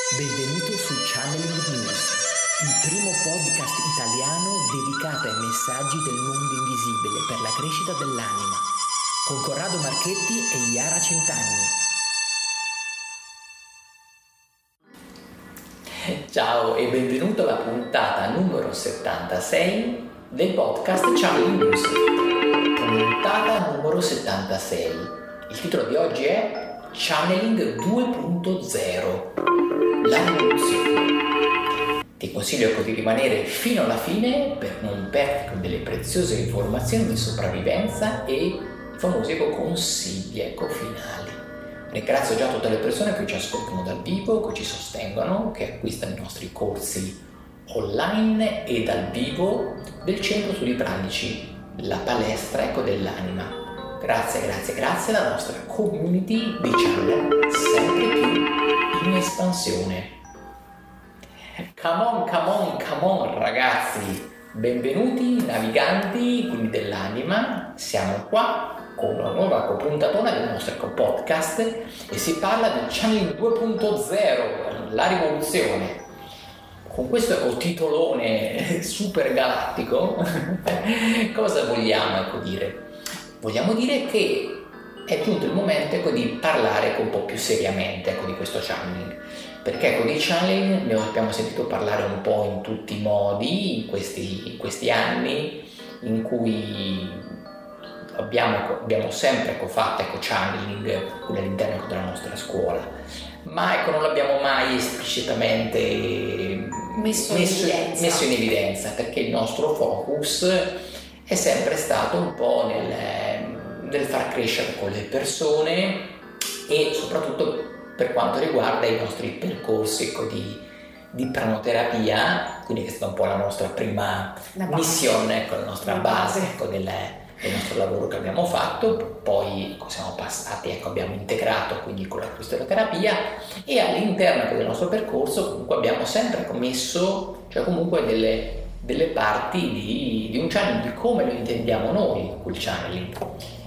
Benvenuto su Channeling News, il primo podcast italiano dedicato ai messaggi del mondo invisibile per la crescita dell'anima, con Corrado Marchetti e Iara Centanni. Ciao e benvenuto alla puntata numero 76 del podcast Channeling News. Puntata numero 76. Il titolo di oggi è Channeling 2.0, la rivoluzione. Ti consiglio di rimanere fino alla fine per non perdere delle preziose informazioni di sopravvivenza e i famosi consigli finali. Ringrazio già tutte le persone che ci ascoltano dal vivo, che ci sostengono, che acquistano i nostri corsi online e dal vivo del Centro Studi Pranici, la palestra dell'anima. Grazie alla nostra community di channel sempre più in espansione. Come on ragazzi, benvenuti naviganti quindi dell'anima. Siamo qua con una nuova puntatona del nostro podcast e si parla del Channeling 2.0, la rivoluzione. Con questo titolone super galattico cosa vogliamo dire? Vogliamo dire che è giunto il momento di parlare un po' più seriamente di questo channeling, perché di channeling ne abbiamo sentito parlare un po' in tutti i modi in questi anni in cui abbiamo sempre fatto channeling all'interno della nostra scuola, ma non l'abbiamo mai esplicitamente messo in evidenza, perché il nostro focus è sempre stato un po' nel far crescere con le persone e soprattutto per quanto riguarda i nostri percorsi di pranoterapia, quindi che è stata un po' la nostra prima missione, la nostra base del nostro lavoro che abbiamo fatto. Poi siamo passati, abbiamo integrato quindi con la cristoterapia, e all'interno del nostro percorso comunque abbiamo sempre messo comunque delle parti di un channeling, di come lo intendiamo noi quel channeling,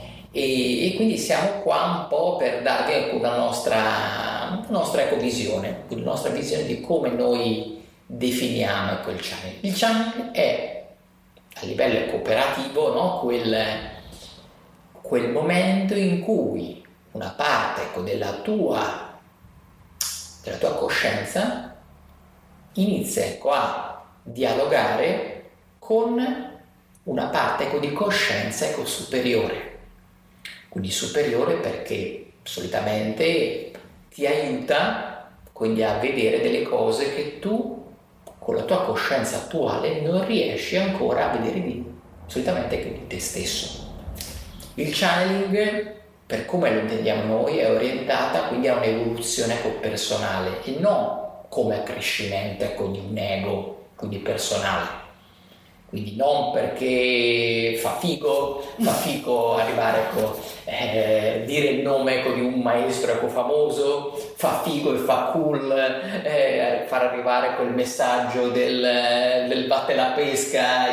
e quindi siamo qua un po' per darvi la nostra visione, quindi la nostra visione di come noi definiamo quel channeling. Il channeling è a livello cooperativo, quel momento in cui una parte della tua coscienza inizia a dialogare con una parte di coscienza superiore. Quindi superiore perché solitamente ti aiuta quindi a vedere delle cose che tu con la tua coscienza attuale non riesci ancora a vedere solitamente di te stesso. Il channeling, per come lo intendiamo noi, è orientata quindi a un'evoluzione personale e non come accrescimento di un ego quindi personale. Quindi non perché fa figo arrivare dire il nome di un maestro famoso, fa figo e fa cool far arrivare quel messaggio del batte la pesca,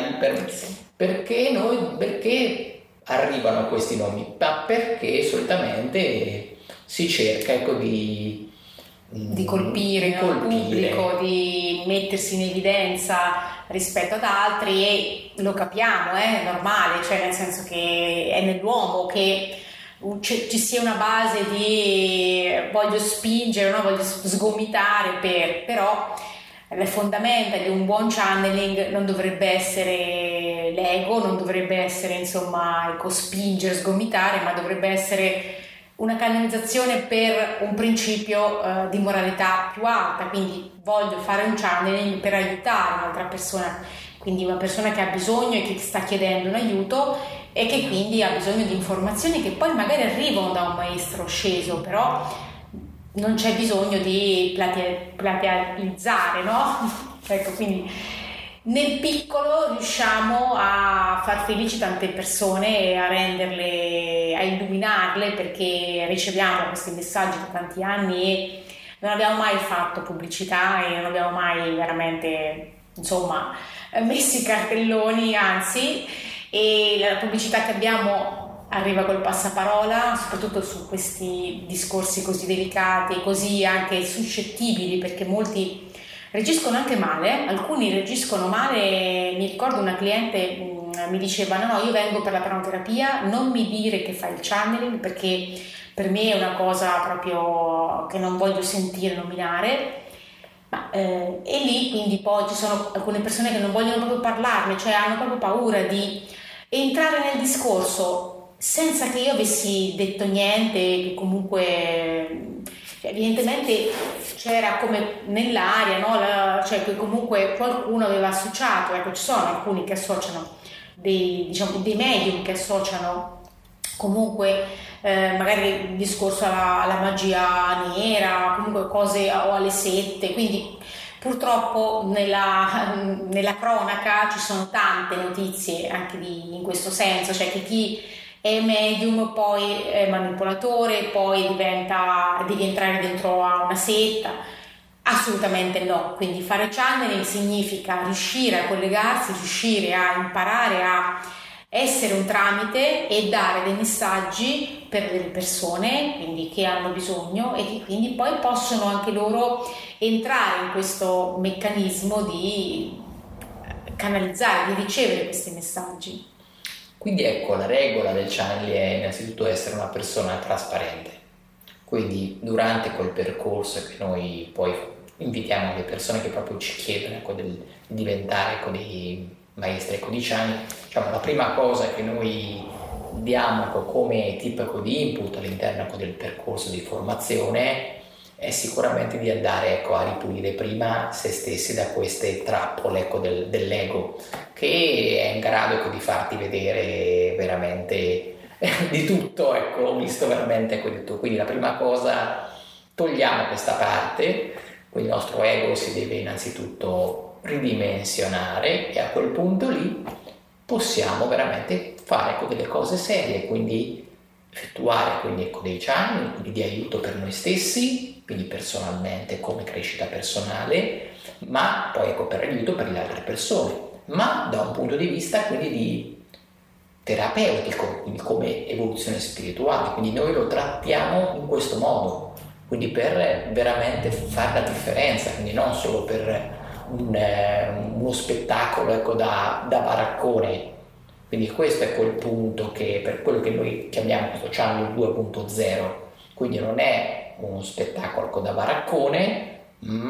perché arrivano questi nomi? Ma perché solitamente si cerca di colpire il pubblico, di mettersi in evidenza rispetto ad altri, e lo capiamo, è normale, nel senso che è nell'uomo che ci sia una base di voglio spingere, voglio sgomitare, però le fondamenta di un buon channeling non dovrebbe essere l'ego, non dovrebbe essere il spingere, sgomitare, ma dovrebbe essere una canalizzazione per un principio di moralità più alta. Quindi voglio fare un channeling per aiutare un'altra persona, quindi una persona che ha bisogno e che sta chiedendo un aiuto e che quindi ha bisogno di informazioni che poi magari arrivano da un maestro sceso, però non c'è bisogno di platealizzare, quindi nel piccolo riusciamo a far felici tante persone e a illuminarle, perché riceviamo questi messaggi da tanti anni e non abbiamo mai fatto pubblicità e non abbiamo mai veramente messi cartelloni, anzi, e la pubblicità che abbiamo arriva col passaparola, soprattutto su questi discorsi così delicati e così anche suscettibili, perché molti reagiscono anche male, alcuni reagiscono male. Mi ricordo una cliente mi diceva no, io vengo per la pranoterapia, non mi dire che fai il channeling perché per me è una cosa proprio che non voglio sentire nominare. E lì quindi poi ci sono alcune persone che non vogliono proprio parlarne, cioè hanno proprio paura di entrare nel discorso senza che io avessi detto niente, che comunque evidentemente c'era come nell'aria, no? Cioè che comunque qualcuno aveva associato. Ecco, ci sono alcuni che associano dei medium che associano comunque magari il discorso alla magia nera, comunque cose, o alle sette. Quindi purtroppo nella cronaca ci sono tante notizie anche in questo senso, cioè che chi è medium poi è manipolatore, poi devi entrare dentro a una setta. Assolutamente no. Quindi fare channeling significa riuscire a collegarsi, riuscire a imparare a essere un tramite e dare dei messaggi per delle persone quindi che hanno bisogno e che quindi poi possono anche loro entrare in questo meccanismo di canalizzare, di ricevere questi messaggi. Quindi ecco, la regola del channeling è innanzitutto essere una persona trasparente. Quindi durante quel percorso che noi poi invitiamo le persone che proprio ci chiedono di diventare dei maestri di channeling, diciamo, la prima cosa che noi diamo come tipo di input all'interno del percorso di formazione è sicuramente di andare a ripulire prima se stessi da queste trappole dell'ego, che è in grado di farti vedere veramente di tutto, ho visto veramente di tutto. Quindi la prima cosa, togliamo questa parte, quindi il nostro ego si deve innanzitutto ridimensionare e a quel punto lì possiamo veramente fare delle cose serie, quindi effettuare dei channeling, quindi di aiuto per noi stessi, quindi personalmente come crescita personale, ma poi per aiuto per le altre persone, ma da un punto di vista quindi di terapeutico, quindi come evoluzione spirituale. Quindi noi lo trattiamo in questo modo, quindi per veramente fare la differenza, quindi non solo per uno spettacolo da baraccone. Quindi questo è quel punto che per quello che noi chiamiamo questo channel 2.0, quindi non è uno spettacolo da baraccone,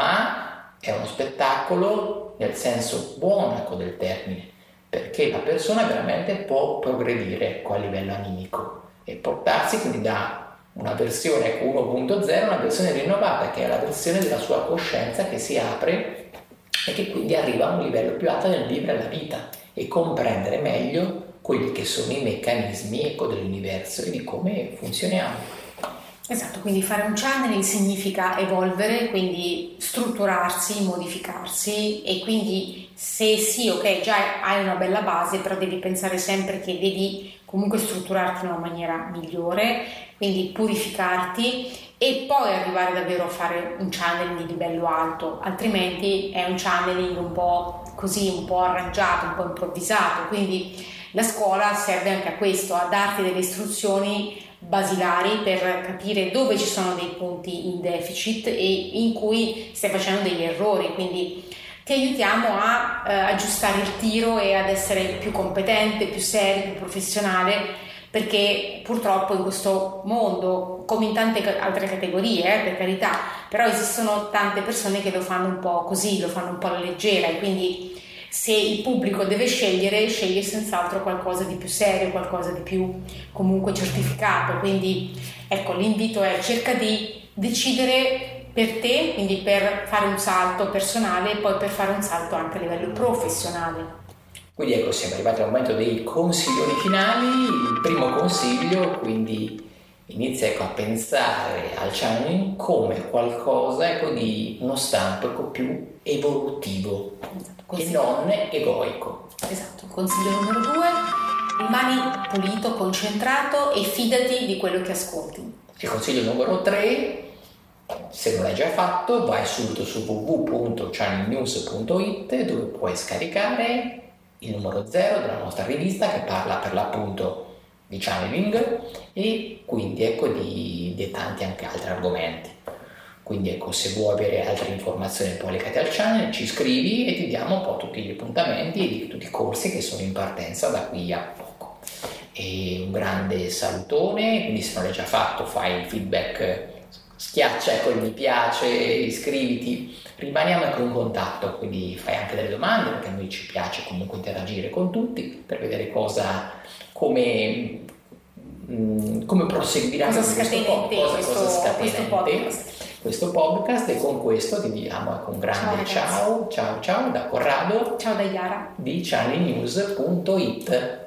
ma è uno spettacolo nel senso buono del termine, perché la persona veramente può progredire a livello animico e portarsi quindi da una versione 1.0 a una versione rinnovata, che è la versione della sua coscienza che si apre e che quindi arriva a un livello più alto nel vivere la vita e comprendere meglio quelli che sono i meccanismi dell'universo e di come funzioniamo. Esatto, quindi fare un channeling significa evolvere, quindi strutturarsi, modificarsi, e quindi se sì, ok, già hai una bella base, però devi pensare sempre che devi comunque strutturarti in una maniera migliore, quindi purificarti e poi arrivare davvero a fare un channeling di livello alto, altrimenti è un channeling un po' così, un po' arrangiato, un po' improvvisato. Quindi la scuola serve anche a questo, a darti delle istruzioni basilari per capire dove ci sono dei punti in deficit e in cui stai facendo degli errori, quindi ti aiutiamo a aggiustare il tiro e ad essere più competente, più serio, più professionale, perché purtroppo in questo mondo, come in tante altre categorie, per carità, però esistono tante persone che lo fanno un po' così, lo fanno un po' alla leggera, e quindi se il pubblico deve sceglie senz'altro qualcosa di più serio, qualcosa di più comunque certificato. Quindi ecco, l'invito è: cerca di decidere per te, quindi per fare un salto personale e poi per fare un salto anche a livello professionale. Quindi ecco, siamo arrivati al momento dei consiglioni finali. Il primo consiglio, quindi inizia a pensare al channeling come qualcosa di uno stampo più evolutivo, esatto, e non egoico. Esatto. Consiglio numero 2: rimani pulito, concentrato e fidati di quello che ascolti. Il consiglio numero 3: se non l'hai già fatto, vai subito su www.channelnews.it, dove puoi scaricare il numero 0 della nostra rivista, che parla per l'appunto di channeling e quindi ecco di tanti anche altri argomenti. Quindi ecco, se vuoi avere altre informazioni poi legate al channel, ci scrivi e ti diamo un po' tutti gli appuntamenti e di tutti i corsi che sono in partenza da qui a poco. E un grande salutone, quindi se non l'hai già fatto fai il feedback, schiaccia ecco il mi piace, iscriviti, rimaniamo ecco in contatto, quindi fai anche delle domande perché a noi ci piace comunque interagire con tutti per vedere come proseguirà questo podcast e con questo ti diamo ecco, un grande ciao da Corrado, ciao da Iara di channelnews.it.